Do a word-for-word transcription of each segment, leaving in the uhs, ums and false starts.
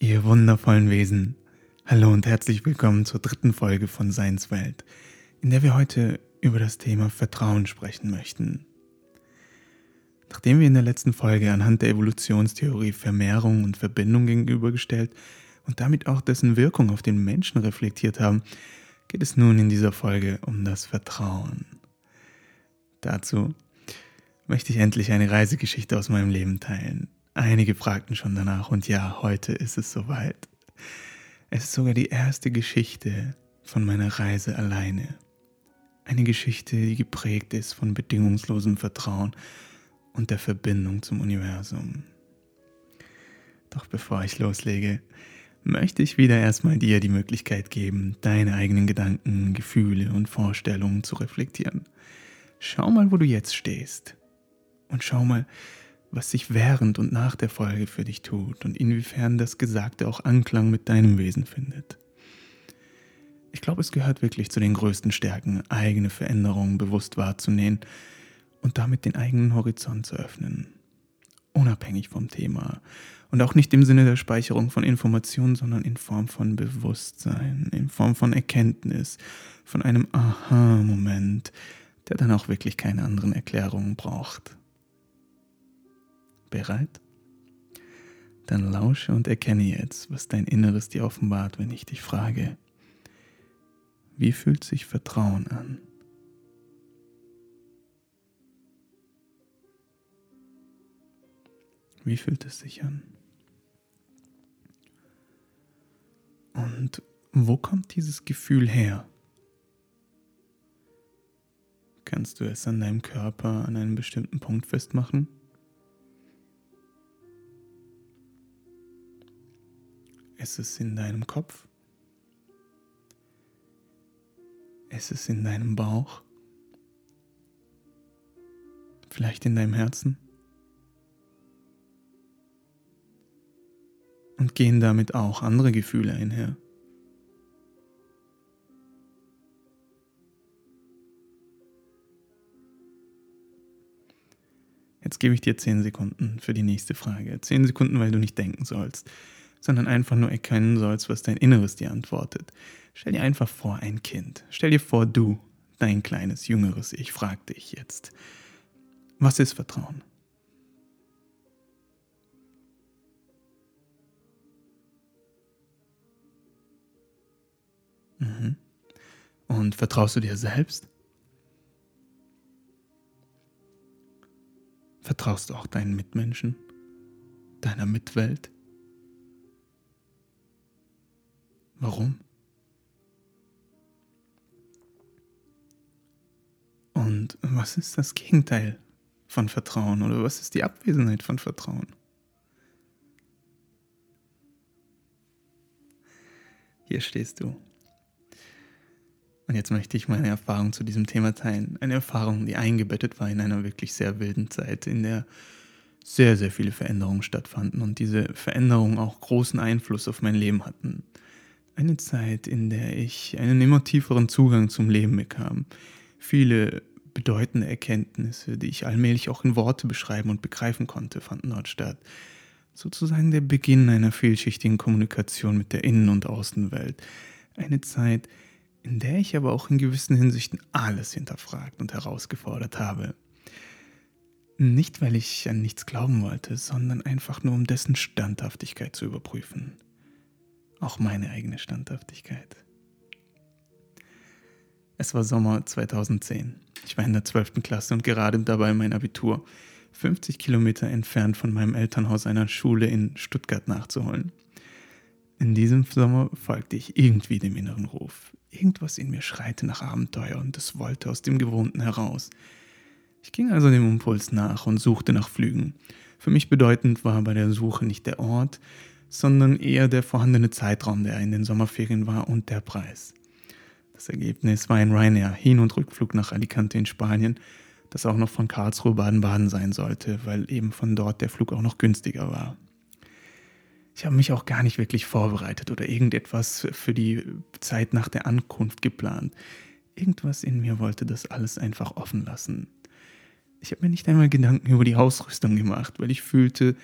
Ihr wundervollen Wesen, hallo und herzlich willkommen zur dritten Folge von Seinswelt, in der wir heute über das Thema Vertrauen sprechen möchten. Nachdem wir in der letzten Folge anhand der Evolutionstheorie Vermehrung und Verbindung gegenübergestellt und damit auch dessen Wirkung auf den Menschen reflektiert haben, geht es nun in dieser Folge um das Vertrauen. Dazu möchte ich endlich eine Reisegeschichte aus meinem Leben teilen. Einige fragten schon danach und ja, heute ist es soweit. Es ist sogar die erste Geschichte von meiner Reise alleine. Eine Geschichte, die geprägt ist von bedingungslosem Vertrauen und der Verbindung zum Universum. Doch bevor ich loslege, möchte ich wieder erstmal dir die Möglichkeit geben, deine eigenen Gedanken, Gefühle und Vorstellungen zu reflektieren. Schau mal, wo du jetzt stehst und schau mal, was sich während und nach der Folge für dich tut und inwiefern das Gesagte auch Anklang mit deinem Wesen findet. Ich glaube, es gehört wirklich zu den größten Stärken, eigene Veränderungen bewusst wahrzunehmen und damit den eigenen Horizont zu öffnen. Unabhängig vom Thema und auch nicht im Sinne der Speicherung von Informationen, sondern in Form von Bewusstsein, in Form von Erkenntnis, von einem Aha-Moment, der dann auch wirklich keine anderen Erklärungen braucht. Bereit? Dann lausche und erkenne jetzt, was dein Inneres dir offenbart, wenn ich dich frage: Wie fühlt sich Vertrauen an? Wie fühlt es sich an? Und wo kommt dieses Gefühl her? Kannst du es an deinem Körper an einem bestimmten Punkt festmachen? Ist es in deinem Kopf? Ist es in deinem Bauch? Vielleicht in deinem Herzen? Und gehen damit auch andere Gefühle einher? Jetzt gebe ich dir zehn Sekunden für die nächste Frage. Zehn Sekunden, weil du nicht denken sollst, sondern einfach nur erkennen sollst, was dein Inneres dir antwortet. Stell dir einfach vor, ein Kind. Stell dir vor, du, dein kleines, jüngeres Ich, frag dich jetzt: Was ist Vertrauen? Mhm. Und vertraust du dir selbst? Vertraust du auch deinen Mitmenschen, deiner Mitwelt? Warum? Und was ist das Gegenteil von Vertrauen oder was ist die Abwesenheit von Vertrauen? Hier stehst du. Und jetzt möchte ich meine Erfahrung zu diesem Thema teilen. Eine Erfahrung, die eingebettet war in einer wirklich sehr wilden Zeit, in der sehr, sehr viele Veränderungen stattfanden und diese Veränderungen auch großen Einfluss auf mein Leben hatten. Eine Zeit, in der ich einen immer tieferen Zugang zum Leben bekam. Viele bedeutende Erkenntnisse, die ich allmählich auch in Worte beschreiben und begreifen konnte, fanden dort statt. Sozusagen der Beginn einer vielschichtigen Kommunikation mit der Innen- und Außenwelt. Eine Zeit, in der ich aber auch in gewissen Hinsichten alles hinterfragt und herausgefordert habe. Nicht, weil ich an nichts glauben wollte, sondern einfach nur, um dessen Standhaftigkeit zu überprüfen. Auch meine eigene Standhaftigkeit. Es war Sommer zweitausendzehn. Ich war in der zwölften Klasse und gerade dabei, mein Abitur fünfzig Kilometer entfernt von meinem Elternhaus einer Schule in Stuttgart nachzuholen. In diesem Sommer folgte ich irgendwie dem inneren Ruf. Irgendwas in mir schreite nach Abenteuer und es wollte aus dem Gewohnten heraus. Ich ging also dem Impuls nach und suchte nach Flügen. Für mich bedeutend war bei der Suche nicht der Ort, sondern eher der vorhandene Zeitraum, der in den Sommerferien war, und der Preis. Das Ergebnis war ein Ryanair Hin- und Rückflug nach Alicante in Spanien, das auch noch von Karlsruhe Baden-Baden sein sollte, weil eben von dort der Flug auch noch günstiger war. Ich habe mich auch gar nicht wirklich vorbereitet oder irgendetwas für die Zeit nach der Ankunft geplant. Irgendwas in mir wollte das alles einfach offen lassen. Ich habe mir nicht einmal Gedanken über die Ausrüstung gemacht, weil ich fühlte,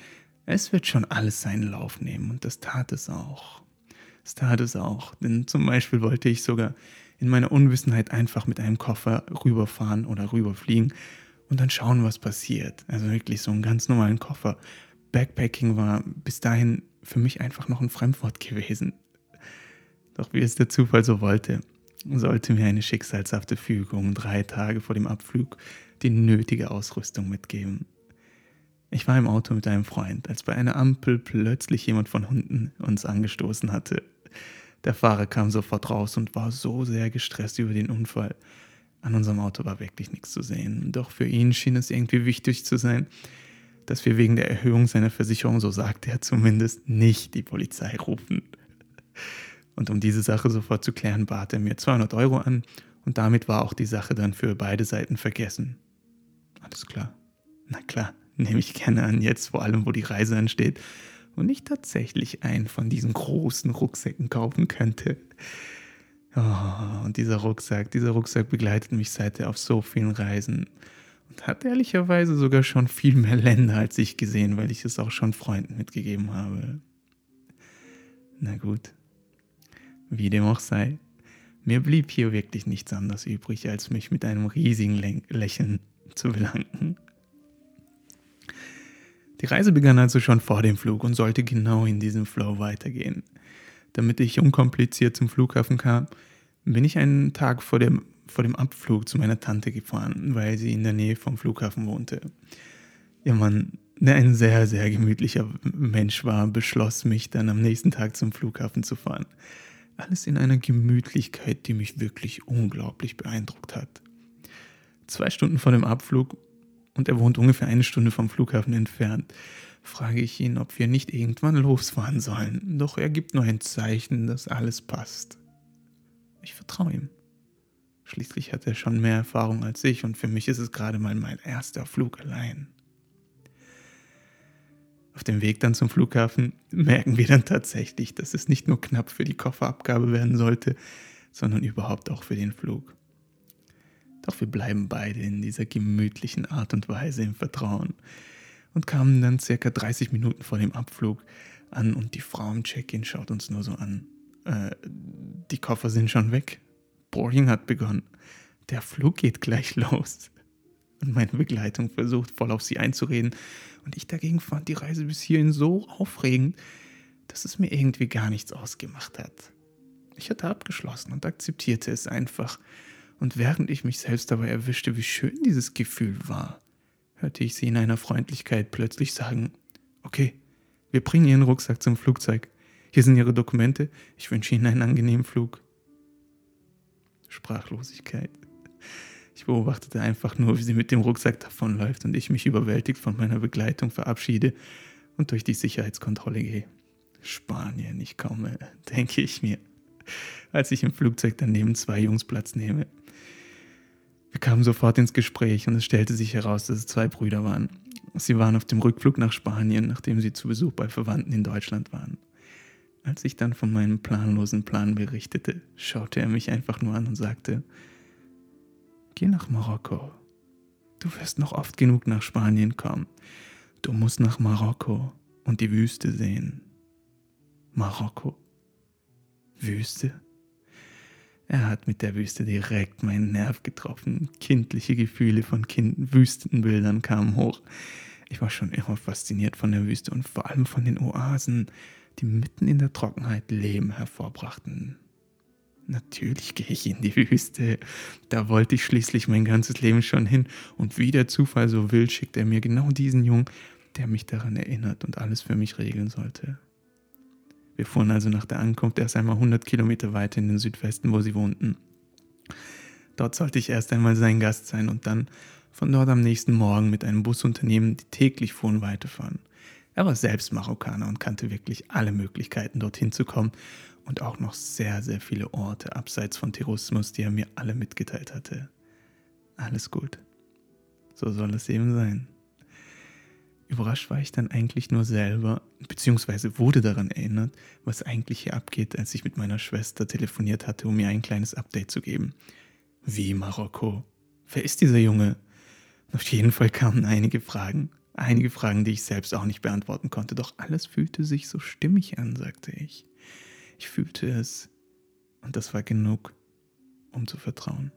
Es wird schon alles seinen Lauf nehmen und das tat es auch. Es tat es auch, denn zum Beispiel wollte ich sogar in meiner Unwissenheit einfach mit einem Koffer rüberfahren oder rüberfliegen und dann schauen, was passiert. Also wirklich so einen ganz normalen Koffer. Backpacking war bis dahin für mich einfach noch ein Fremdwort gewesen. Doch wie es der Zufall so wollte, sollte mir eine schicksalshafte Fügung drei Tage vor dem Abflug die nötige Ausrüstung mitgeben. Ich war im Auto mit einem Freund, als bei einer Ampel plötzlich jemand von unten uns angestoßen hatte. Der Fahrer kam sofort raus und war so sehr gestresst über den Unfall. An unserem Auto war wirklich nichts zu sehen, doch für ihn schien es irgendwie wichtig zu sein, dass wir wegen der Erhöhung seiner Versicherung, so sagte er zumindest, nicht die Polizei rufen. Und um diese Sache sofort zu klären, bat er mir zweihundert Euro an und damit war auch die Sache dann für beide Seiten vergessen. Alles klar. Na klar, nehme ich gerne an, jetzt vor allem, wo die Reise ansteht und ich tatsächlich einen von diesen großen Rucksäcken kaufen könnte. Oh, und dieser Rucksack, dieser Rucksack begleitet mich seither auf so vielen Reisen und hat ehrlicherweise sogar schon viel mehr Länder als ich gesehen, weil ich es auch schon Freunden mitgegeben habe. Na gut, wie dem auch sei, mir blieb hier wirklich nichts anderes übrig, als mich mit einem riesigen Lä- Lächeln zu bedanken. Die Reise begann also schon vor dem Flug und sollte genau in diesem Flow weitergehen. Damit ich unkompliziert zum Flughafen kam, bin ich einen Tag vor dem, vor dem Abflug zu meiner Tante gefahren, weil sie in der Nähe vom Flughafen wohnte. Ihr Mann, der ein sehr, sehr gemütlicher Mensch war, beschloss mich dann am nächsten Tag zum Flughafen zu fahren. Alles in einer Gemütlichkeit, die mich wirklich unglaublich beeindruckt hat. Zwei Stunden vor dem Abflug, und er wohnt ungefähr eine Stunde vom Flughafen entfernt, frage ich ihn, ob wir nicht irgendwann losfahren sollen. Doch er gibt nur ein Zeichen, dass alles passt. Ich vertraue ihm. Schließlich hat er schon mehr Erfahrung als ich und für mich ist es gerade mal mein erster Flug allein. Auf dem Weg dann zum Flughafen merken wir dann tatsächlich, dass es nicht nur knapp für die Kofferabgabe werden sollte, sondern überhaupt auch für den Flug. Doch wir bleiben beide in dieser gemütlichen Art und Weise im Vertrauen und kamen dann circa dreißig Minuten vor dem Abflug an und die Frau im Check-in schaut uns nur so an. Äh, die Koffer sind schon weg. Boarding hat begonnen. Der Flug geht gleich los. Und meine Begleitung versucht voll auf sie einzureden und ich dagegen fand die Reise bis hierhin so aufregend, dass es mir irgendwie gar nichts ausgemacht hat. Ich hatte abgeschlossen und akzeptierte es einfach. Und während ich mich selbst dabei erwischte, wie schön dieses Gefühl war, hörte ich sie in einer Freundlichkeit plötzlich sagen, okay, wir bringen Ihren Rucksack zum Flugzeug. Hier sind Ihre Dokumente. Ich wünsche Ihnen einen angenehmen Flug. Sprachlosigkeit. Ich beobachtete einfach nur, wie sie mit dem Rucksack davonläuft und ich mich überwältigt von meiner Begleitung verabschiede und durch die Sicherheitskontrolle gehe. Spanien, ich komme, denke ich mir, als ich im Flugzeug dann neben zwei Jungs Platz nehme. Wir kamen sofort ins Gespräch und es stellte sich heraus, dass es zwei Brüder waren. Sie waren auf dem Rückflug nach Spanien, nachdem sie zu Besuch bei Verwandten in Deutschland waren. Als ich dann von meinem planlosen Plan berichtete, schaute er mich einfach nur an und sagte, geh nach Marokko. Du wirst noch oft genug nach Spanien kommen. Du musst nach Marokko und die Wüste sehen. Marokko? Wüste? Er hat mit der Wüste direkt meinen Nerv getroffen. Kindliche Gefühle von kind- Wüstenbildern kamen hoch. Ich war schon immer fasziniert von der Wüste und vor allem von den Oasen, die mitten in der Trockenheit Leben hervorbrachten. Natürlich gehe ich in die Wüste. Da wollte ich schließlich mein ganzes Leben schon hin. Und wie der Zufall so will, schickt er mir genau diesen Jungen, der mich daran erinnert und alles für mich regeln sollte. Wir fuhren also nach der Ankunft erst einmal hundert Kilometer weiter in den Südwesten, wo sie wohnten. Dort sollte ich erst einmal sein Gast sein und dann von dort am nächsten Morgen mit einem Busunternehmen, die täglich fuhren, weiterfahren. Er war selbst Marokkaner und kannte wirklich alle Möglichkeiten, dorthin zu kommen und auch noch sehr, sehr viele Orte abseits von Tourismus, die er mir alle mitgeteilt hatte. Alles gut. So soll es eben sein. Überrascht war ich dann eigentlich nur selber, beziehungsweise wurde daran erinnert, was eigentlich hier abgeht, als ich mit meiner Schwester telefoniert hatte, um mir ein kleines Update zu geben. Wie Marokko? Wer ist dieser Junge? Auf jeden Fall kamen einige Fragen. Einige Fragen, die ich selbst auch nicht beantworten konnte, doch alles fühlte sich so stimmig an, sagte ich. Ich fühlte es und das war genug, um zu vertrauen.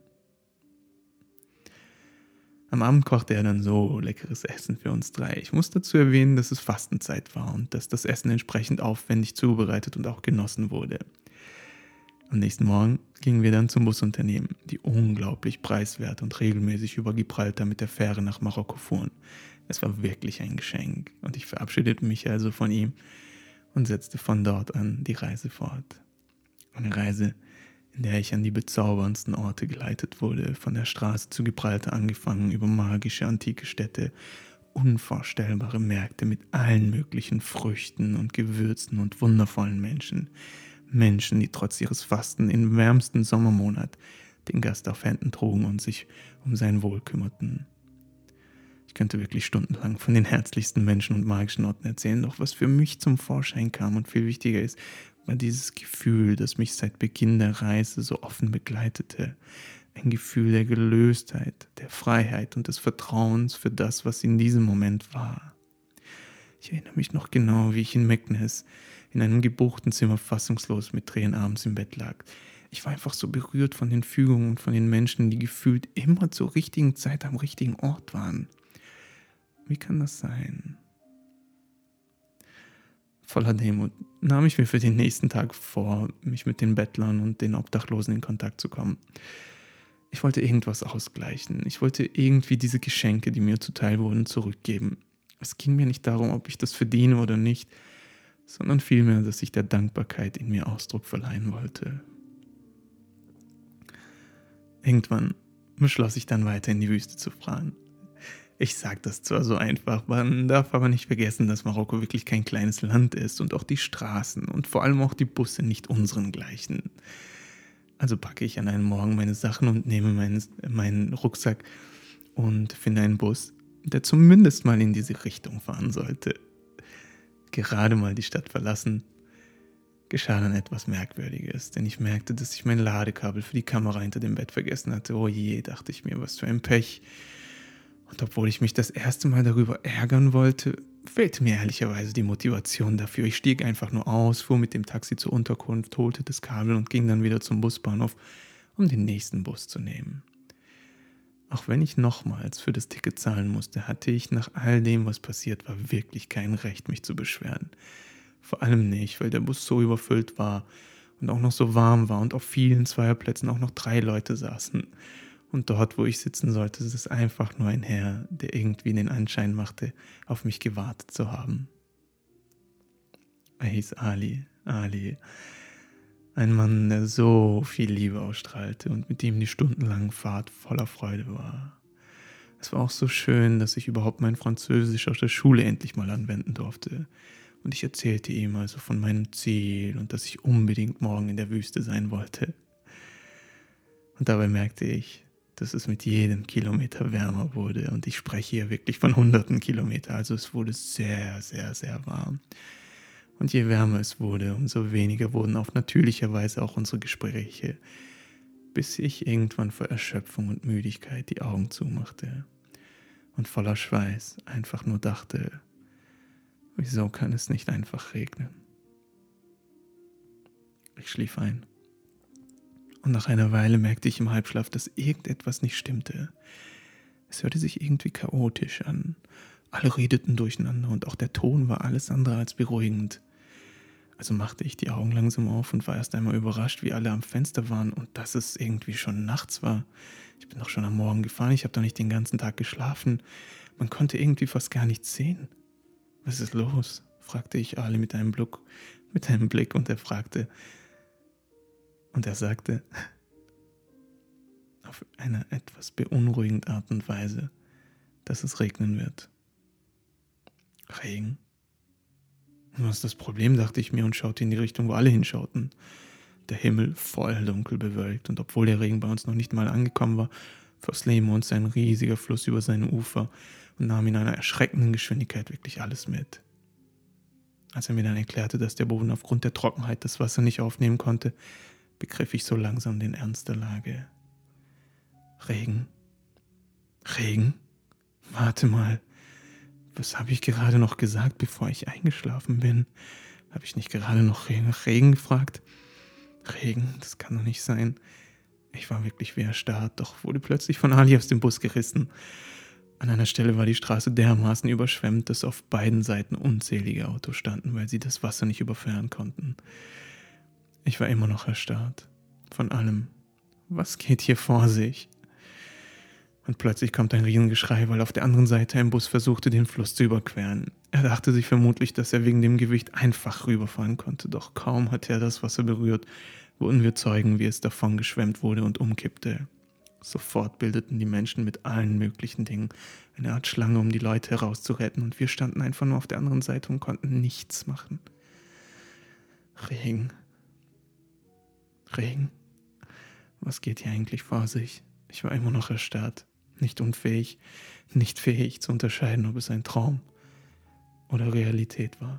Am Abend kochte er dann so leckeres Essen für uns drei. Ich muss dazu erwähnen, dass es Fastenzeit war und dass das Essen entsprechend aufwendig zubereitet und auch genossen wurde. Am nächsten Morgen gingen wir dann zum Busunternehmen, die unglaublich preiswert und regelmäßig über Gibraltar mit der Fähre nach Marokko fuhren. Es war wirklich ein Geschenk und ich verabschiedete mich also von ihm und setzte von dort an die Reise fort. Eine Reise, in der ich an die bezauberndsten Orte geleitet wurde, von der Straße zu Gibraltar angefangen, über magische antike Städte, unvorstellbare Märkte mit allen möglichen Früchten und Gewürzen und wundervollen Menschen. Menschen, die trotz ihres Fasten im wärmsten Sommermonat den Gast auf Händen trugen und sich um sein Wohl kümmerten. Ich könnte wirklich stundenlang von den herzlichsten Menschen und magischen Orten erzählen, doch was für mich zum Vorschein kam und viel wichtiger ist, war dieses Gefühl, das mich seit Beginn der Reise so offen begleitete. Ein Gefühl der Gelöstheit, der Freiheit und des Vertrauens für das, was in diesem Moment war. Ich erinnere mich noch genau, wie ich in Meknes in einem gebuchten Zimmer fassungslos mit Tränen abends im Bett lag. Ich war einfach so berührt von den Fügungen und von den Menschen, die gefühlt immer zur richtigen Zeit am richtigen Ort waren. Wie kann das sein? Voller Demut nahm ich mir für den nächsten Tag vor, mich mit den Bettlern und den Obdachlosen in Kontakt zu kommen. Ich wollte irgendwas ausgleichen. Ich wollte irgendwie diese Geschenke, die mir zuteil wurden, zurückgeben. Es ging mir nicht darum, ob ich das verdiene oder nicht, sondern vielmehr, dass ich der Dankbarkeit in mir Ausdruck verleihen wollte. Irgendwann beschloss ich dann weiter in die Wüste zu fahren. Ich sage das zwar so einfach, man darf aber nicht vergessen, dass Marokko wirklich kein kleines Land ist und auch die Straßen und vor allem auch die Busse nicht unseren gleichen. Also packe ich an einem Morgen meine Sachen und nehme meinen, meinen Rucksack und finde einen Bus, der zumindest mal in diese Richtung fahren sollte. Gerade mal die Stadt verlassen, geschah dann etwas Merkwürdiges, denn ich merkte, dass ich mein Ladekabel für die Kamera hinter dem Bett vergessen hatte. Oh je, dachte ich mir, was für ein Pech. Und obwohl ich mich das erste Mal darüber ärgern wollte, fehlte mir ehrlicherweise die Motivation dafür. Ich stieg einfach nur aus, fuhr mit dem Taxi zur Unterkunft, holte das Kabel und ging dann wieder zum Busbahnhof, um den nächsten Bus zu nehmen. Auch wenn ich nochmals für das Ticket zahlen musste, hatte ich nach all dem, was passiert war, wirklich kein Recht, mich zu beschweren. Vor allem nicht, weil der Bus so überfüllt war und auch noch so warm war und auf vielen Zweierplätzen auch noch drei Leute saßen. Und dort, wo ich sitzen sollte, ist es einfach nur ein Herr, der irgendwie den Anschein machte, auf mich gewartet zu haben. Er hieß Ali, Ali, ein Mann, der so viel Liebe ausstrahlte und mit dem die stundenlange Fahrt voller Freude war. Es war auch so schön, dass ich überhaupt mein Französisch aus der Schule endlich mal anwenden durfte. Und ich erzählte ihm also von meinem Ziel und dass ich unbedingt morgen in der Wüste sein wollte. Und dabei merkte ich, dass es mit jedem Kilometer wärmer wurde und ich spreche hier wirklich von hunderten Kilometern, also es wurde sehr, sehr, sehr warm. Und je wärmer es wurde, umso weniger wurden auf natürliche Weise auch unsere Gespräche, bis ich irgendwann vor Erschöpfung und Müdigkeit die Augen zumachte und voller Schweiß einfach nur dachte, wieso kann es nicht einfach regnen? Ich schlief ein. Und nach einer Weile merkte ich im Halbschlaf, dass irgendetwas nicht stimmte. Es hörte sich irgendwie chaotisch an. Alle redeten durcheinander und auch der Ton war alles andere als beruhigend. Also machte ich die Augen langsam auf und war erst einmal überrascht, wie alle am Fenster waren und dass es irgendwie schon nachts war. Ich bin doch schon am Morgen gefahren, ich habe doch nicht den ganzen Tag geschlafen. Man konnte irgendwie fast gar nichts sehen. Was ist los? Fragte ich Ali mit einem Blick, mit einem Blick und er fragte, und er sagte, auf eine etwas beunruhigende Art und Weise, dass es regnen wird. Regen? Was ist das Problem, dachte ich mir und schaute in die Richtung, wo alle hinschauten. Der Himmel voll dunkel bewölkt und obwohl der Regen bei uns noch nicht mal angekommen war, floss neben uns ein riesiger Fluss über seine Ufer und nahm in einer erschreckenden Geschwindigkeit wirklich alles mit. Als er mir dann erklärte, dass der Boden aufgrund der Trockenheit das Wasser nicht aufnehmen konnte, begriff ich so langsam den Ernst der Lage. Regen? Regen? Warte mal. Was habe ich gerade noch gesagt, bevor ich eingeschlafen bin? Habe ich nicht gerade noch nach Regen gefragt? Regen, das kann doch nicht sein. Ich war wirklich wie erstarrt, doch wurde plötzlich von Ali aus dem Bus gerissen. An einer Stelle war die Straße dermaßen überschwemmt, dass auf beiden Seiten unzählige Autos standen, weil sie das Wasser nicht überqueren konnten. Ich war immer noch erstarrt. Von allem. Was geht hier vor sich? Und plötzlich kommt ein Riesengeschrei, weil auf der anderen Seite ein Bus versuchte, den Fluss zu überqueren. Er dachte sich vermutlich, dass er wegen dem Gewicht einfach rüberfahren konnte, doch kaum hatte er das Wasser berührt, wurden wir Zeugen, wie es davon geschwemmt wurde und umkippte. Sofort bildeten die Menschen mit allen möglichen Dingen eine Art Schlange, um die Leute herauszuretten, und wir standen einfach nur auf der anderen Seite und konnten nichts machen. Regen. Regen. Was geht hier eigentlich vor sich? Ich war immer noch erstarrt, nicht unfähig, nicht fähig zu unterscheiden, ob es ein Traum oder Realität war.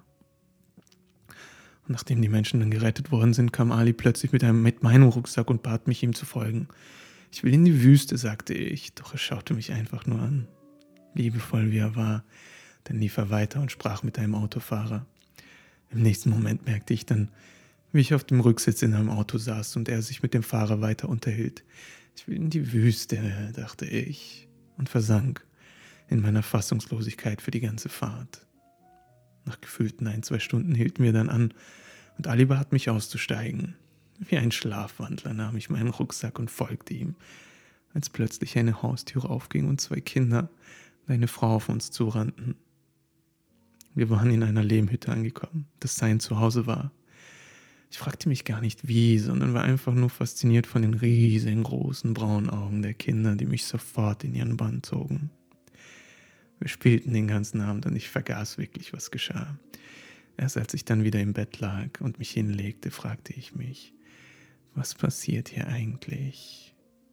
Und nachdem die Menschen dann gerettet worden sind, kam Ali plötzlich mit, einem, mit meinem Rucksack und bat mich, ihm zu folgen. Ich will in die Wüste, sagte ich, doch er schaute mich einfach nur an. Liebevoll wie er war, dann lief er weiter und sprach mit einem Autofahrer. Im nächsten Moment merkte ich dann, wie ich auf dem Rücksitz in einem Auto saß und er sich mit dem Fahrer weiter unterhielt. Ich will in die Wüste, dachte ich, und versank in meiner Fassungslosigkeit für die ganze Fahrt. Nach gefühlten ein, zwei Stunden hielten wir dann an und Ali bat mich auszusteigen. Wie ein Schlafwandler nahm ich meinen Rucksack und folgte ihm, als plötzlich eine Haustür aufging und zwei Kinder und eine Frau auf uns zurannten. Wir waren in einer Lehmhütte angekommen, das sein Zuhause war. Ich fragte mich gar nicht wie, sondern war einfach nur fasziniert von den riesengroßen braunen Augen der Kinder, die mich sofort in ihren Bann zogen. Wir spielten den ganzen Abend und ich vergaß wirklich, was geschah. Erst als ich dann wieder im Bett lag und mich hinlegte, fragte ich mich, was passiert hier eigentlich?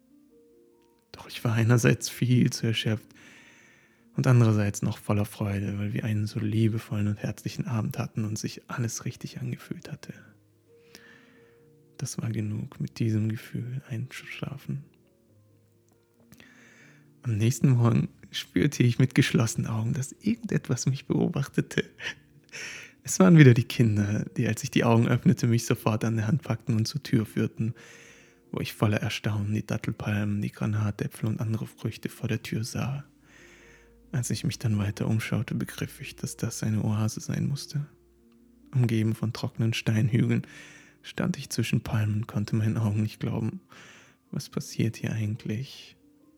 Doch ich war einerseits viel zu erschöpft und andererseits noch voller Freude, weil wir einen so liebevollen und herzlichen Abend hatten und sich alles richtig angefühlt hatte. Das war genug, mit diesem Gefühl einzuschlafen. Am nächsten Morgen spürte ich mit geschlossenen Augen, dass irgendetwas mich beobachtete. Es waren wieder die Kinder, die, als ich die Augen öffnete, mich sofort an der Hand packten und zur Tür führten, wo ich voller Erstaunen die Dattelpalmen, die Granatäpfel und andere Früchte vor der Tür sah. Als ich mich dann weiter umschaute, begriff ich, dass das eine Oase sein musste. Umgeben von trockenen Steinhügeln stand ich zwischen Palmen und konnte meinen Augen nicht glauben. Was passiert hier eigentlich?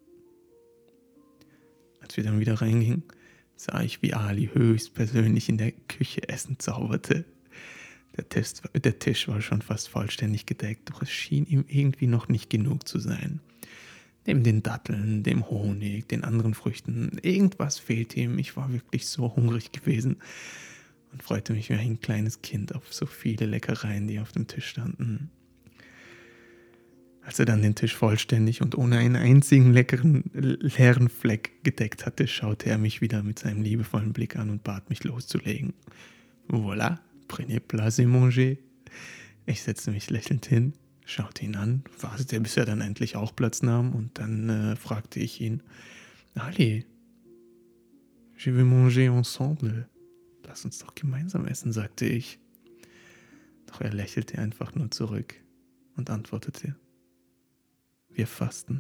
Als wir dann wieder reingingen, sah ich, wie Ali höchstpersönlich in der Küche Essen zauberte. Der Tisch, der Tisch war schon fast vollständig gedeckt, doch es schien ihm irgendwie noch nicht genug zu sein. Neben den Datteln, dem Honig, den anderen Früchten, irgendwas fehlte ihm. Ich war wirklich so hungrig gewesen und freute mich wie ein kleines Kind auf so viele Leckereien, die auf dem Tisch standen. Als er dann den Tisch vollständig und ohne einen einzigen leckeren, leeren Fleck gedeckt hatte, schaute er mich wieder mit seinem liebevollen Blick an und bat mich loszulegen. Voilà, prenez place et mangez. Ich setzte mich lächelnd hin, schaute ihn an, wartete, bis er dann endlich auch Platz nahm und dann äh, fragte ich ihn, Ali, je vais manger ensemble. Lass uns doch gemeinsam essen, sagte ich. Doch er lächelte einfach nur zurück und antwortete, wir fasten.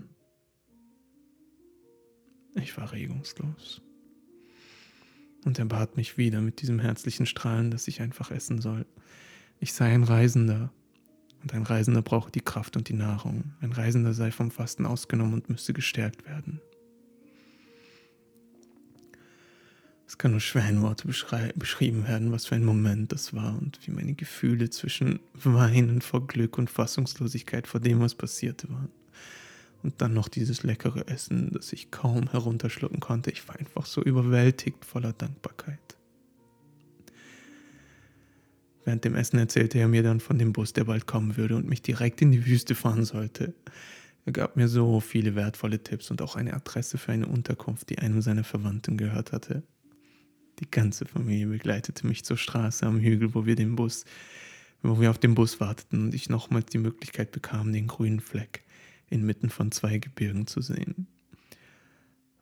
Ich war regungslos. Und er bat mich wieder mit diesem herzlichen Strahlen, dass ich einfach essen soll. Ich sei ein Reisender. Und ein Reisender brauche die Kraft und die Nahrung. Ein Reisender sei vom Fasten ausgenommen und müsste gestärkt werden. Es kann nur schwer in Worte beschrei- beschrieben werden, was für ein Moment das war und wie meine Gefühle zwischen Weinen vor Glück und Fassungslosigkeit vor dem, was passierte, waren. Und dann noch dieses leckere Essen, das ich kaum herunterschlucken konnte. Ich war einfach so überwältigt voller Dankbarkeit. Während dem Essen erzählte er mir dann von dem Bus, der bald kommen würde und mich direkt in die Wüste fahren sollte. Er gab mir so viele wertvolle Tipps und auch eine Adresse für eine Unterkunft, die einem seiner Verwandten gehört hatte. Die ganze Familie begleitete mich zur Straße am Hügel, wo wir den Bus, wo wir auf den Bus warteten und ich nochmals die Möglichkeit bekam, den grünen Fleck inmitten von zwei Gebirgen zu sehen.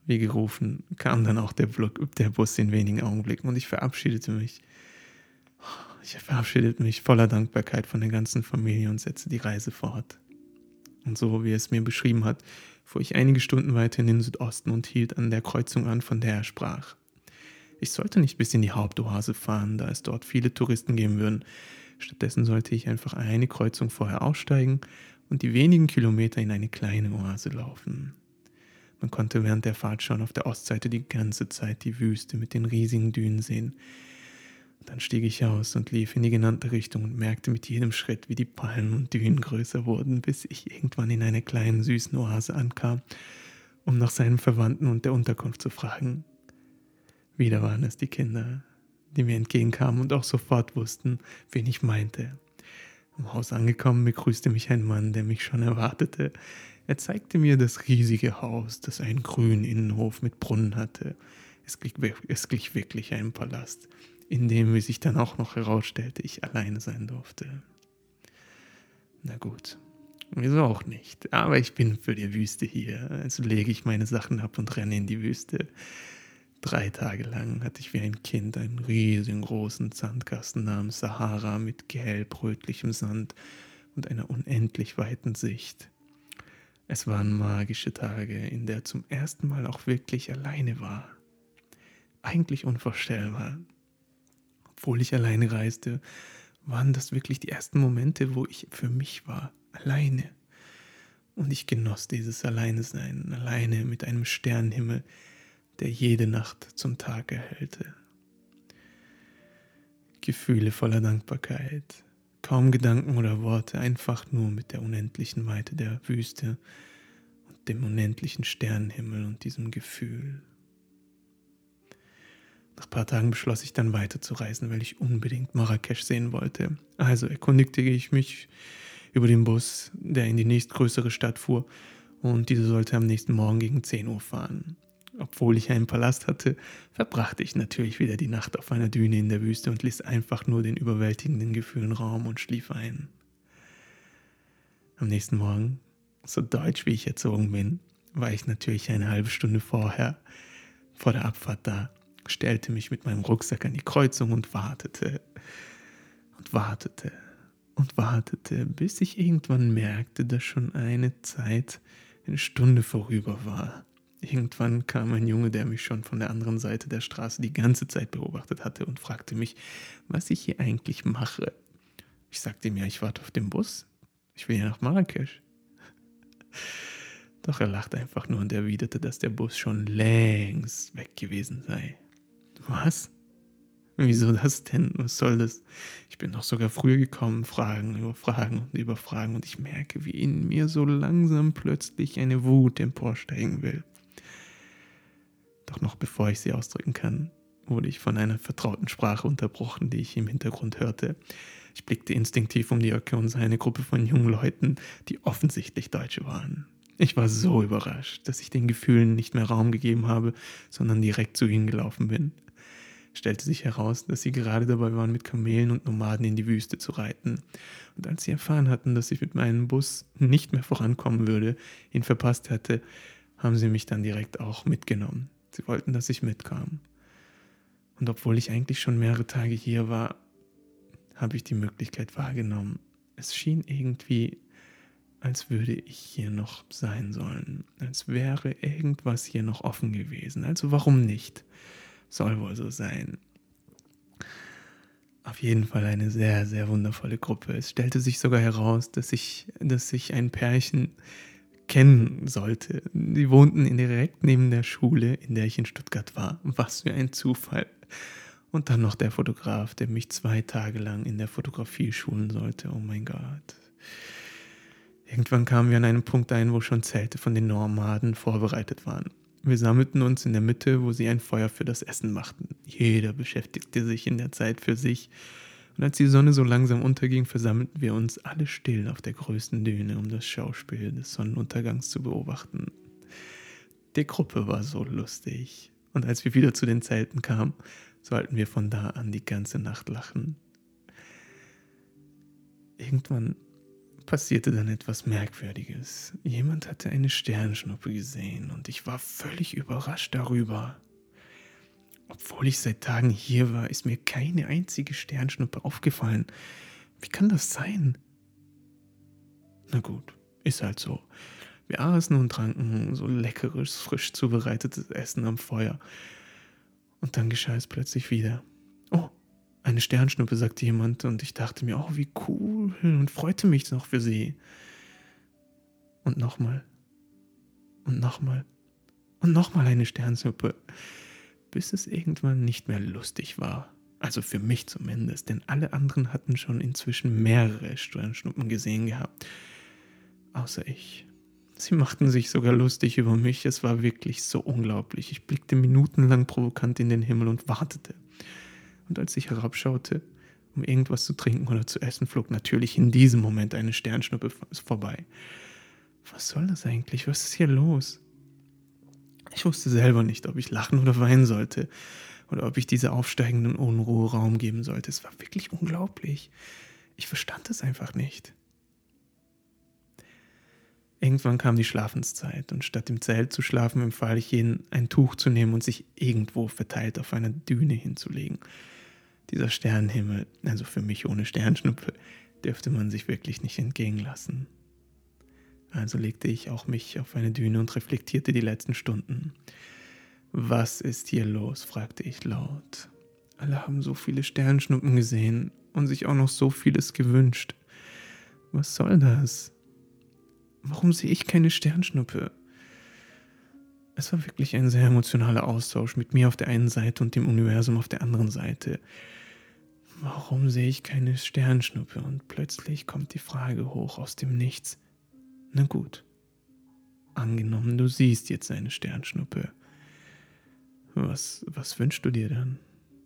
wie gerufen, kam dann auch der, Blok- der Bus in wenigen Augenblicken und ich verabschiedete mich. Ich verabschiedete mich voller Dankbarkeit von der ganzen Familie und setzte die Reise fort. Und so, wie er es mir beschrieben hat, fuhr ich einige Stunden weiter in den Südosten und hielt an der Kreuzung an, von der er sprach. Ich sollte nicht bis in die Hauptoase fahren, da es dort viele Touristen geben würden. Stattdessen sollte ich einfach eine Kreuzung vorher aussteigen und die wenigen Kilometer in eine kleine Oase laufen. Man konnte während der Fahrt schon auf der Ostseite die ganze Zeit die Wüste mit den riesigen Dünen sehen. Dann stieg ich aus und lief in die genannte Richtung und merkte mit jedem Schritt, wie die Palmen und Dünen größer wurden, bis ich irgendwann in einer kleinen, süßen Oase ankam, um nach seinen Verwandten und der Unterkunft zu fragen. Wieder waren es die Kinder, die mir entgegenkamen und auch sofort wussten, wen ich meinte. Im Haus angekommen, begrüßte mich ein Mann, der mich schon erwartete. Er zeigte mir das riesige Haus, das einen grünen Innenhof mit Brunnen hatte. Es glich, es glich wirklich einem Palast, in dem, wie sich dann auch noch herausstellte, ich alleine sein durfte. Na gut, wieso auch nicht, aber ich bin für die Wüste hier, also lege ich meine Sachen ab und renne in die Wüste. Drei Tage lang hatte ich wie ein Kind einen riesengroßen Sandkasten namens Sahara mit gelb-rötlichem Sand und einer unendlich weiten Sicht. Es waren magische Tage, in der zum ersten Mal auch wirklich alleine war. Eigentlich unvorstellbar. Obwohl ich alleine reiste, waren das wirklich die ersten Momente, wo ich für mich war, alleine. Und ich genoss dieses Alleinesein, alleine mit einem Sternenhimmel, der jede Nacht zum Tag erhellte. Gefühle voller Dankbarkeit, kaum Gedanken oder Worte, einfach nur mit der unendlichen Weite der Wüste und dem unendlichen Sternenhimmel und diesem Gefühl. Nach ein paar Tagen beschloss ich dann weiterzureisen, weil ich unbedingt Marrakesch sehen wollte. Also erkundigte ich mich über den Bus, der in die nächstgrößere Stadt fuhr, und diese sollte am nächsten Morgen gegen zehn Uhr fahren. Obwohl ich einen Palast hatte, verbrachte ich natürlich wieder die Nacht auf einer Düne in der Wüste und ließ einfach nur den überwältigenden Gefühlen Raum und schlief ein. Am nächsten Morgen, so deutsch wie ich erzogen bin, war ich natürlich eine halbe Stunde vorher vor der Abfahrt da, stellte mich mit meinem Rucksack an die Kreuzung und wartete und wartete und wartete, bis ich irgendwann merkte, dass schon eine Zeit, eine Stunde vorüber war. Irgendwann kam ein Junge, der mich schon von der anderen Seite der Straße die ganze Zeit beobachtet hatte und fragte mich, was ich hier eigentlich mache. Ich sagte ihm, ja, ich warte auf den Bus. Ich will ja nach Marrakesch. Doch er lachte einfach nur und erwiderte, dass der Bus schon längst weg gewesen sei. Was? Wieso das denn? Was soll das? Ich bin doch sogar früher gekommen, Fragen über Fragen und über Fragen, und ich merke, wie in mir so langsam plötzlich eine Wut emporsteigen will. Doch noch bevor ich sie ausdrücken kann, wurde ich von einer vertrauten Sprache unterbrochen, die ich im Hintergrund hörte. Ich blickte instinktiv um die Ecke und sah eine Gruppe von jungen Leuten, die offensichtlich Deutsche waren. Ich war so überrascht, dass ich den Gefühlen nicht mehr Raum gegeben habe, sondern direkt zu ihnen gelaufen bin. Es stellte sich heraus, dass sie gerade dabei waren, mit Kamelen und Nomaden in die Wüste zu reiten. Und als sie erfahren hatten, dass ich mit meinem Bus nicht mehr vorankommen würde, ihn verpasst hatte, haben sie mich dann direkt auch mitgenommen. Sie wollten, dass ich mitkam. Und obwohl ich eigentlich schon mehrere Tage hier war, habe ich die Möglichkeit wahrgenommen. Es schien irgendwie, als würde ich hier noch sein sollen. Als wäre irgendwas hier noch offen gewesen. Also warum nicht? Soll wohl so sein. Auf jeden Fall eine sehr, sehr wundervolle Gruppe. Es stellte sich sogar heraus, dass ich, dass ich ein Pärchen kennen sollte. Die wohnten direkt neben der Schule, in der ich in Stuttgart war. Was für ein Zufall. Und dann noch der Fotograf, der mich zwei Tage lang in der Fotografie schulen sollte. Oh mein Gott. Irgendwann kamen wir an einen Punkt ein, wo schon Zelte von den Nomaden vorbereitet waren. Wir sammelten uns in der Mitte, wo sie ein Feuer für das Essen machten. Jeder beschäftigte sich in der Zeit für sich. Und als die Sonne so langsam unterging, versammelten wir uns alle still auf der größten Düne, um das Schauspiel des Sonnenuntergangs zu beobachten. Die Gruppe war so lustig. Und als wir wieder zu den Zelten kamen, sollten wir von da an die ganze Nacht lachen. Irgendwann passierte dann etwas Merkwürdiges. Jemand hatte eine Sternschnuppe gesehen und ich war völlig überrascht darüber. Obwohl ich seit Tagen hier war, ist mir keine einzige Sternschnuppe aufgefallen. Wie kann das sein? Na gut, ist halt so. Wir aßen und tranken so leckeres, frisch zubereitetes Essen am Feuer. Und dann geschah es plötzlich wieder. Oh, eine Sternschnuppe, sagte jemand, und ich dachte mir, oh, wie cool, und freute mich noch für sie. Und nochmal. Und nochmal. Und nochmal eine Sternschnuppe. Bis es irgendwann nicht mehr lustig war. Also für mich zumindest, denn alle anderen hatten schon inzwischen mehrere Sternschnuppen gesehen gehabt. Außer ich. Sie machten sich sogar lustig über mich. Es war wirklich so unglaublich. Ich blickte minutenlang provokant in den Himmel und wartete. Und als ich herabschaute, um irgendwas zu trinken oder zu essen, flog natürlich in diesem Moment eine Sternschnuppe vorbei. Was soll das eigentlich? Was ist hier los? Ich wusste selber nicht, ob ich lachen oder weinen sollte oder ob ich dieser aufsteigenden Unruhe Raum geben sollte. Es war wirklich unglaublich. Ich verstand es einfach nicht. Irgendwann kam die Schlafenszeit und statt im Zelt zu schlafen, empfahl ich jenen, ein Tuch zu nehmen und sich irgendwo verteilt auf einer Düne hinzulegen. Dieser Sternenhimmel, also für mich ohne Sternschnuppe, dürfte man sich wirklich nicht entgehen lassen. Also legte ich auch mich auf eine Düne und reflektierte die letzten Stunden. Was ist hier los? Fragte ich laut. Alle haben so viele Sternschnuppen gesehen und sich auch noch so vieles gewünscht. Was soll das? Warum sehe ich keine Sternschnuppe? Es war wirklich ein sehr emotionaler Austausch mit mir auf der einen Seite und dem Universum auf der anderen Seite. Warum sehe ich keine Sternschnuppe? Und plötzlich kommt die Frage hoch aus dem Nichts. Na gut, angenommen, du siehst jetzt eine Sternschnuppe. Was, was wünschst du dir dann?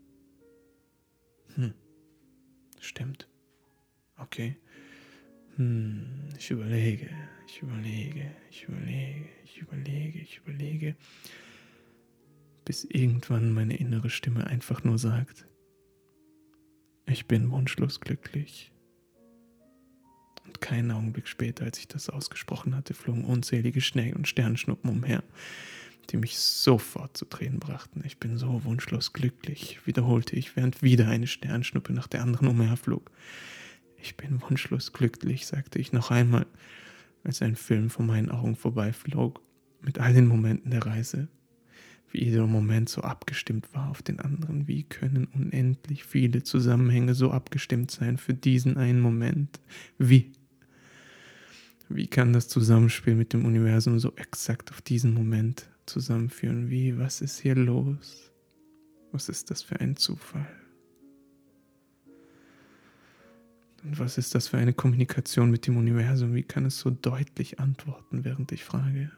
Hm, stimmt. Okay. Hm, ich überlege, ich überlege, ich überlege, ich überlege, ich überlege, bis irgendwann meine innere Stimme einfach nur sagt, ich bin wunschlos glücklich. Und keinen Augenblick später, als ich das ausgesprochen hatte, flogen unzählige Schnee- und Sternschnuppen umher, die mich sofort zu Tränen brachten. Ich bin so wunschlos glücklich, wiederholte ich, während wieder eine Sternschnuppe nach der anderen umherflog. Ich bin wunschlos glücklich, sagte ich noch einmal, als ein Film vor meinen Augen vorbeiflog, mit all den Momenten der Reise. Wie jeder Moment so abgestimmt war auf den anderen. Wie können unendlich viele Zusammenhänge so abgestimmt sein für diesen einen Moment? Wie? Wie kann das Zusammenspiel mit dem Universum so exakt auf diesen Moment zusammenführen? Wie? Was ist hier los? Was ist das für ein Zufall? Und was ist das für eine Kommunikation mit dem Universum? Wie kann es so deutlich antworten, während ich frage?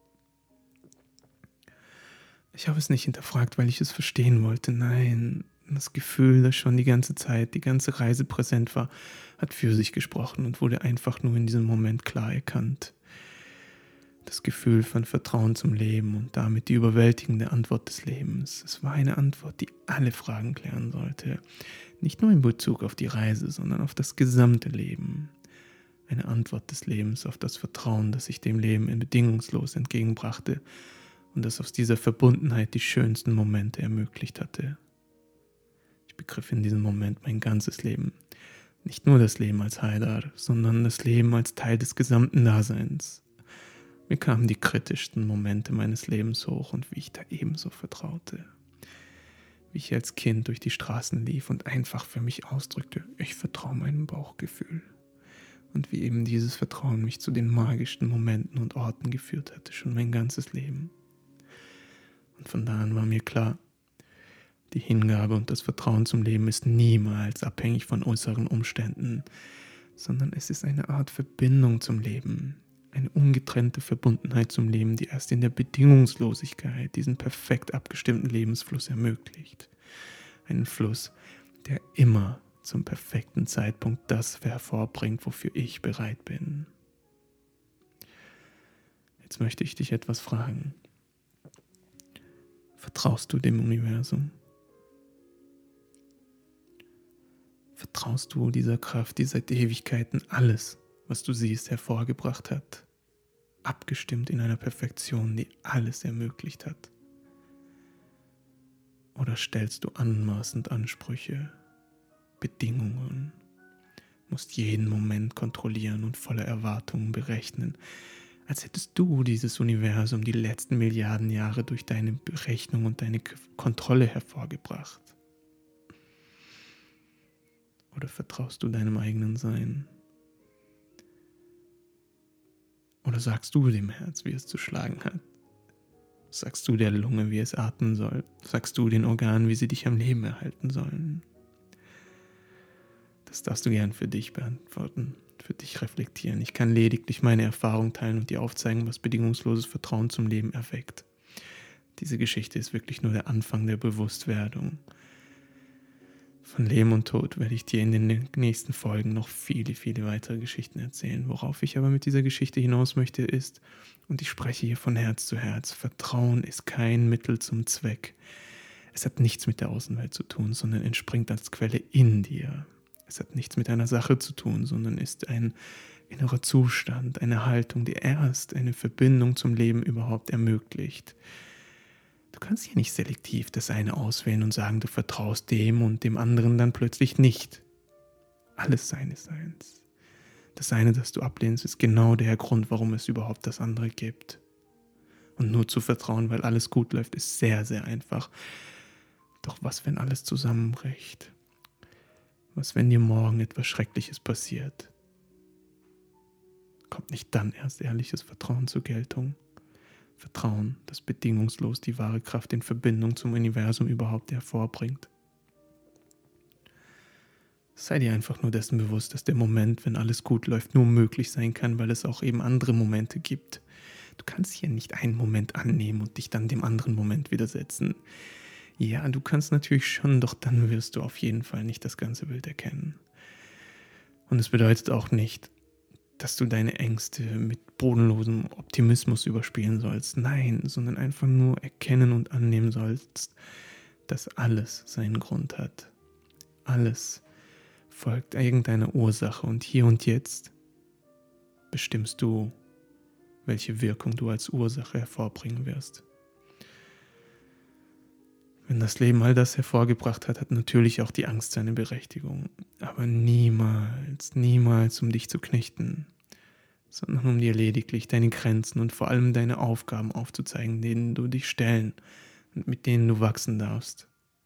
Ich habe es nicht hinterfragt, weil ich es verstehen wollte. Nein, das Gefühl, das schon die ganze Zeit, die ganze Reise präsent war, hat für sich gesprochen und wurde einfach nur in diesem Moment klar erkannt. Das Gefühl von Vertrauen zum Leben und damit die überwältigende Antwort des Lebens. Es war eine Antwort, die alle Fragen klären sollte. Nicht nur in Bezug auf die Reise, sondern auf das gesamte Leben. Eine Antwort des Lebens auf das Vertrauen, das ich dem Leben bedingungslos entgegenbrachte und das aus dieser Verbundenheit die schönsten Momente ermöglicht hatte. Ich begriff in diesem Moment mein ganzes Leben. Nicht nur das Leben als Haidar, sondern das Leben als Teil des gesamten Daseins. Mir kamen die kritischsten Momente meines Lebens hoch und wie ich da ebenso vertraute. Wie ich als Kind durch die Straßen lief und einfach für mich ausdrückte, ich vertraue meinem Bauchgefühl. Und wie eben dieses Vertrauen mich zu den magischsten Momenten und Orten geführt hatte, schon mein ganzes Leben. Und von da an war mir klar, die Hingabe und das Vertrauen zum Leben ist niemals abhängig von äußeren Umständen, sondern es ist eine Art Verbindung zum Leben, eine ungetrennte Verbundenheit zum Leben, die erst in der Bedingungslosigkeit diesen perfekt abgestimmten Lebensfluss ermöglicht. Einen Fluss, der immer zum perfekten Zeitpunkt das hervorbringt, wofür ich bereit bin. Jetzt möchte ich dich etwas fragen. Vertraust du dem Universum? Vertraust du dieser Kraft, die seit Ewigkeiten alles, was du siehst, hervorgebracht hat, abgestimmt in einer Perfektion, die alles ermöglicht hat? Oder stellst du anmaßend Ansprüche, Bedingungen, musst jeden Moment kontrollieren und voller Erwartungen berechnen, als hättest du dieses Universum die letzten Milliarden Jahre durch deine Berechnung und deine Kontrolle hervorgebracht? Oder vertraust du deinem eigenen Sein? Oder sagst du dem Herz, wie es zu schlagen hat? Sagst du der Lunge, wie es atmen soll? Sagst du den Organen, wie sie dich am Leben erhalten sollen? Das darfst du gern für dich beantworten, für dich reflektieren. Ich kann lediglich meine Erfahrung teilen und dir aufzeigen, was bedingungsloses Vertrauen zum Leben erweckt. Diese Geschichte ist wirklich nur der Anfang der Bewusstwerdung. Von Leben und Tod werde ich dir in den nächsten Folgen noch viele, viele weitere Geschichten erzählen. Worauf ich aber mit dieser Geschichte hinaus möchte ist, und ich spreche hier von Herz zu Herz, Vertrauen ist kein Mittel zum Zweck. Es hat nichts mit der Außenwelt zu tun, sondern entspringt als Quelle in dir. Es hat nichts mit einer Sache zu tun, sondern ist ein innerer Zustand, eine Haltung, die erst eine Verbindung zum Leben überhaupt ermöglicht. Du kannst hier nicht selektiv das eine auswählen und sagen, du vertraust dem und dem anderen dann plötzlich nicht. Alles Sein ist eins. Das eine, das du ablehnst, ist genau der Grund, warum es überhaupt das andere gibt. Und nur zu vertrauen, weil alles gut läuft, ist sehr, sehr einfach. Doch was, wenn alles zusammenbricht? Was, wenn dir morgen etwas Schreckliches passiert? Kommt nicht dann erst ehrliches Vertrauen zur Geltung? Vertrauen, das bedingungslos die wahre Kraft in Verbindung zum Universum überhaupt hervorbringt. Sei dir einfach nur dessen bewusst, dass der Moment, wenn alles gut läuft, nur möglich sein kann, weil es auch eben andere Momente gibt. Du kannst hier nicht einen Moment annehmen und dich dann dem anderen Moment widersetzen. Ja, du kannst natürlich schon, doch dann wirst du auf jeden Fall nicht das ganze Bild erkennen. Und es bedeutet auch nicht, dass du deine Ängste mit bodenlosem Optimismus überspielen sollst. Nein, sondern einfach nur erkennen und annehmen sollst, dass alles seinen Grund hat. Alles folgt irgendeiner Ursache und hier und jetzt bestimmst du, welche Wirkung du als Ursache hervorbringen wirst. Wenn das Leben all das hervorgebracht hat, hat natürlich auch die Angst seine Berechtigung. Aber niemals, niemals um dich zu knechten, sondern um dir lediglich deine Grenzen und vor allem deine Aufgaben aufzuzeigen, denen du dich stellen und mit denen du wachsen darfst.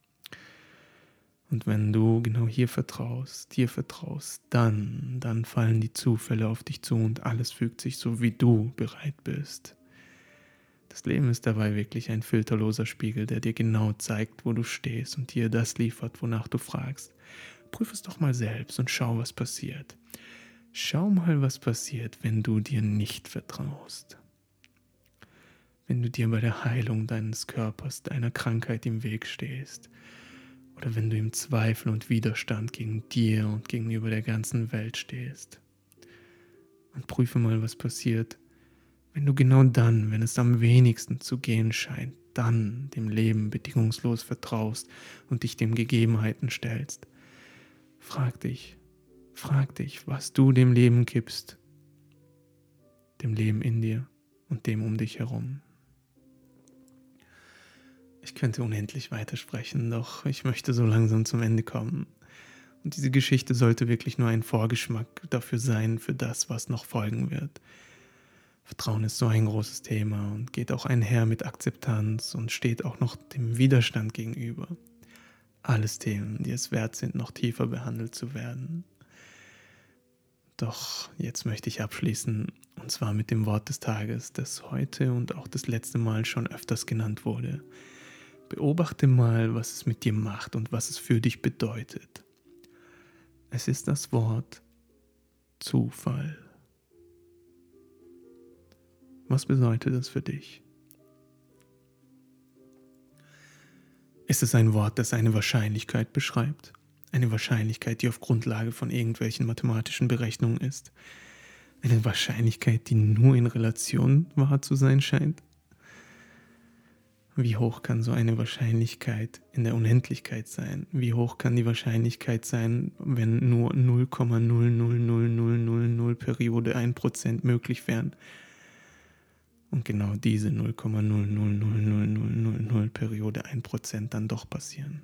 Und wenn du genau hier vertraust, dir vertraust, dann, dann fallen die Zufälle auf dich zu und alles fügt sich so, wie du bereit bist. Das Leben ist dabei wirklich ein filterloser Spiegel, der dir genau zeigt, wo du stehst und dir das liefert, wonach du fragst. Prüf es doch mal selbst und schau, was passiert. Schau mal, was passiert, wenn du dir nicht vertraust. Wenn du dir bei der Heilung deines Körpers, deiner Krankheit im Weg stehst. Oder wenn du im Zweifel und Widerstand gegen dir und gegenüber der ganzen Welt stehst. Und prüfe mal, was passiert, wenn du genau dann, wenn es am wenigsten zu gehen scheint, dann dem Leben bedingungslos vertraust und dich den Gegebenheiten stellst. Frag dich, frag dich, was du dem Leben gibst, dem Leben in dir und dem um dich herum. Ich könnte unendlich weitersprechen, doch ich möchte so langsam zum Ende kommen. Und diese Geschichte sollte wirklich nur ein Vorgeschmack dafür sein, für das, was noch folgen wird. Vertrauen ist so ein großes Thema und geht auch einher mit Akzeptanz und steht auch noch dem Widerstand gegenüber. Alles Themen, die es wert sind, noch tiefer behandelt zu werden. Doch jetzt möchte ich abschließen, und zwar mit dem Wort des Tages, das heute und auch das letzte Mal schon öfters genannt wurde. Beobachte mal, was es mit dir macht und was es für dich bedeutet. Es ist das Wort Zufall. Was bedeutet das für dich? Ist es ein Wort, das eine Wahrscheinlichkeit beschreibt? Eine Wahrscheinlichkeit, die auf Grundlage von irgendwelchen mathematischen Berechnungen ist? Eine Wahrscheinlichkeit, die nur in Relation wahr zu sein scheint? Wie hoch kann so eine Wahrscheinlichkeit in der Unendlichkeit sein? Wie hoch kann die Wahrscheinlichkeit sein, wenn nur null Komma null null null null null null Periode ein Prozent möglich wären. Und genau diese null Komma null null null null null null null Periode ein Prozent dann doch passieren.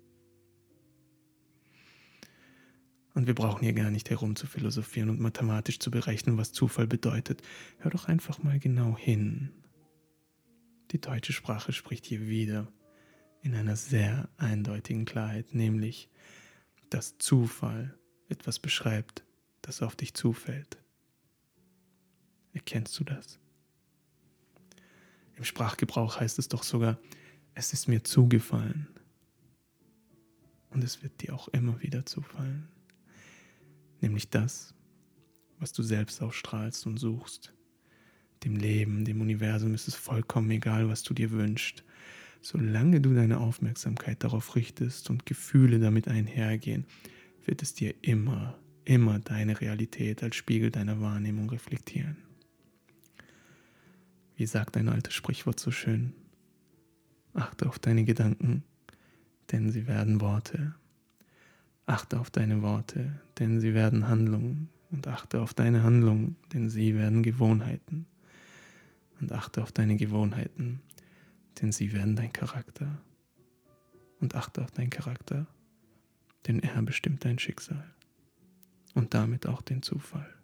Und wir brauchen hier gar nicht herum zu philosophieren und mathematisch zu berechnen, was Zufall bedeutet. Hör doch einfach mal genau hin. Die deutsche Sprache spricht hier wieder in einer sehr eindeutigen Klarheit, nämlich, dass Zufall etwas beschreibt, das auf dich zufällt. Erkennst du das? Im Sprachgebrauch heißt es doch sogar, es ist mir zugefallen. Und es wird dir auch immer wieder zufallen. Nämlich das, was du selbst ausstrahlst und suchst. Dem Leben, dem Universum ist es vollkommen egal, was du dir wünschst. Solange du deine Aufmerksamkeit darauf richtest und Gefühle damit einhergehen, wird es dir immer, immer deine Realität als Spiegel deiner Wahrnehmung reflektieren. Wie sagt ein altes Sprichwort so schön: Achte auf deine Gedanken, denn sie werden Worte. Achte auf deine Worte, denn sie werden Handlungen. Und achte auf deine Handlungen, denn sie werden Gewohnheiten. Und achte auf deine Gewohnheiten, denn sie werden dein Charakter. Und achte auf deinen Charakter, denn er bestimmt dein Schicksal. Und damit auch den Zufall.